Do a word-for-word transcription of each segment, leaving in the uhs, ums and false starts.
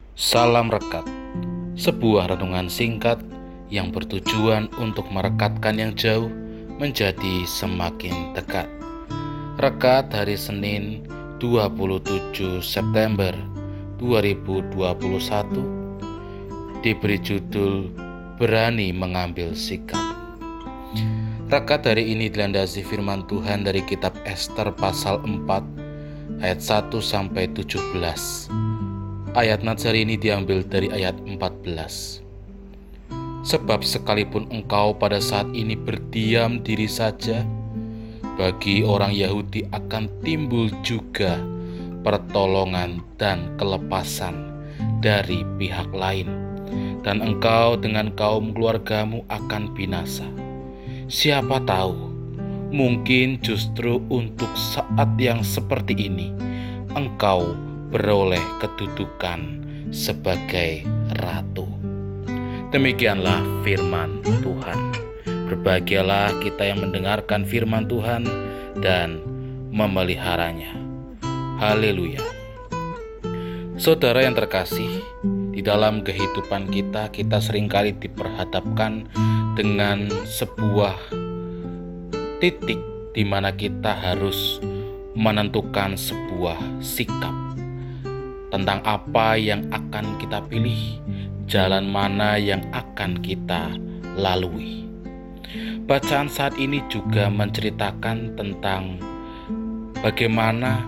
Salam Rekat, sebuah renungan singkat yang bertujuan untuk merekatkan yang jauh menjadi semakin dekat. Rekat hari Senin dua puluh tujuh September dua ribu dua puluh satu diberi judul Berani Mengambil Sikap. Rekat hari ini dilandasi firman Tuhan dari kitab Ester pasal empat ayat satu sampai tujuh belas. Ayat nats hari ini diambil dari ayat empat belas. Sebab sekalipun engkau pada saat ini berdiam diri saja, bagi orang Yahudi akan timbul juga pertolongan dan kelepasan dari pihak lain, dan engkau dengan kaum keluargamu akan binasa. Siapa tahu, mungkin justru untuk saat yang seperti ini engkau beroleh kedudukan sebagai ratu. Demikianlah firman Tuhan. Berbahagialah kita yang mendengarkan firman Tuhan dan memeliharanya. Haleluya. Saudara yang terkasih, di dalam kehidupan kita, kita seringkali diperhadapkan dengan sebuah titik di mana kita harus menentukan sebuah sikap tentang apa yang akan kita pilih, jalan mana yang akan kita lalui. Bacaan saat ini juga menceritakan tentang bagaimana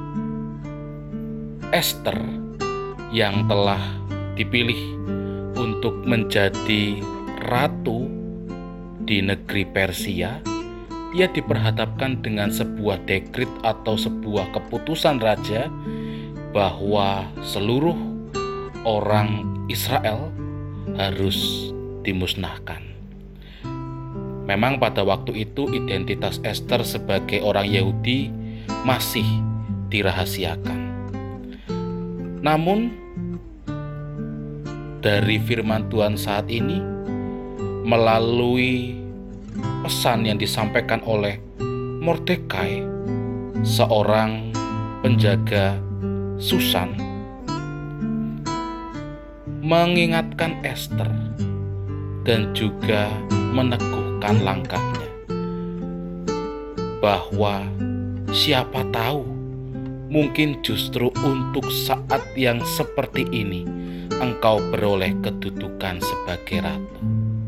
Ester yang telah dipilih untuk menjadi ratu di negeri Persia. Ia diperhadapkan dengan sebuah dekret atau sebuah keputusan raja bahwa seluruh orang Israel harus dimusnahkan. Memang pada waktu itu identitas Ester sebagai orang Yahudi masih dirahasiakan. Namun dari firman Tuhan saat ini, melalui pesan yang disampaikan oleh Mordekai, seorang penjaga Susan, mengingatkan Ester dan juga meneguhkan langkahnya bahwa siapa tahu mungkin justru untuk saat yang seperti ini engkau beroleh kedudukan sebagai ratu.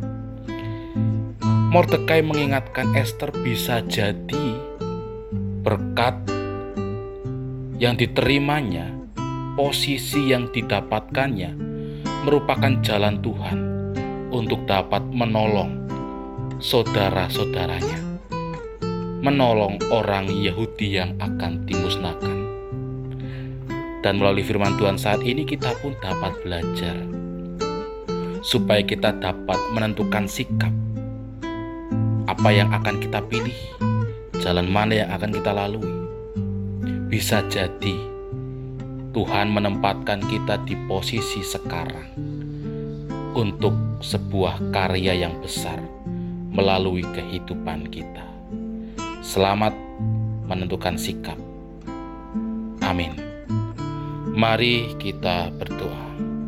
Mordekai mengingatkan Ester bisa jadi berkat yang diterimanya, posisi yang didapatkannya merupakan jalan Tuhan untuk dapat menolong saudara-saudaranya, menolong orang Yahudi yang akan dimusnahkan. Dan melalui firman Tuhan saat ini kita pun dapat belajar supaya kita dapat menentukan sikap apa yang akan kita pilih, jalan mana yang akan kita lalui. Bisa jadi Tuhan menempatkan kita di posisi sekarang untuk sebuah karya yang besar melalui kehidupan kita. Selamat menentukan sikap. Amin. Mari kita berdoa.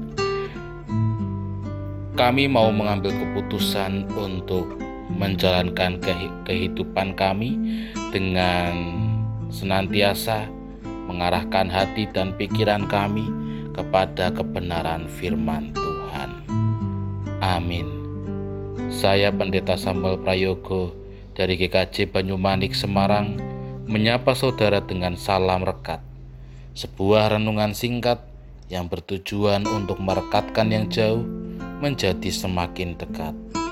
Kami mau mengambil keputusan untuk menjalankan kehidupan kami dengan senantiasa mengarahkan hati dan pikiran kami kepada kebenaran firman Tuhan. Amin. Saya Pendeta Samuel Prayogo dari G K J Banyumanik Semarang menyapa saudara dengan salam rekat, sebuah renungan singkat yang bertujuan untuk merekatkan yang jauh menjadi semakin dekat.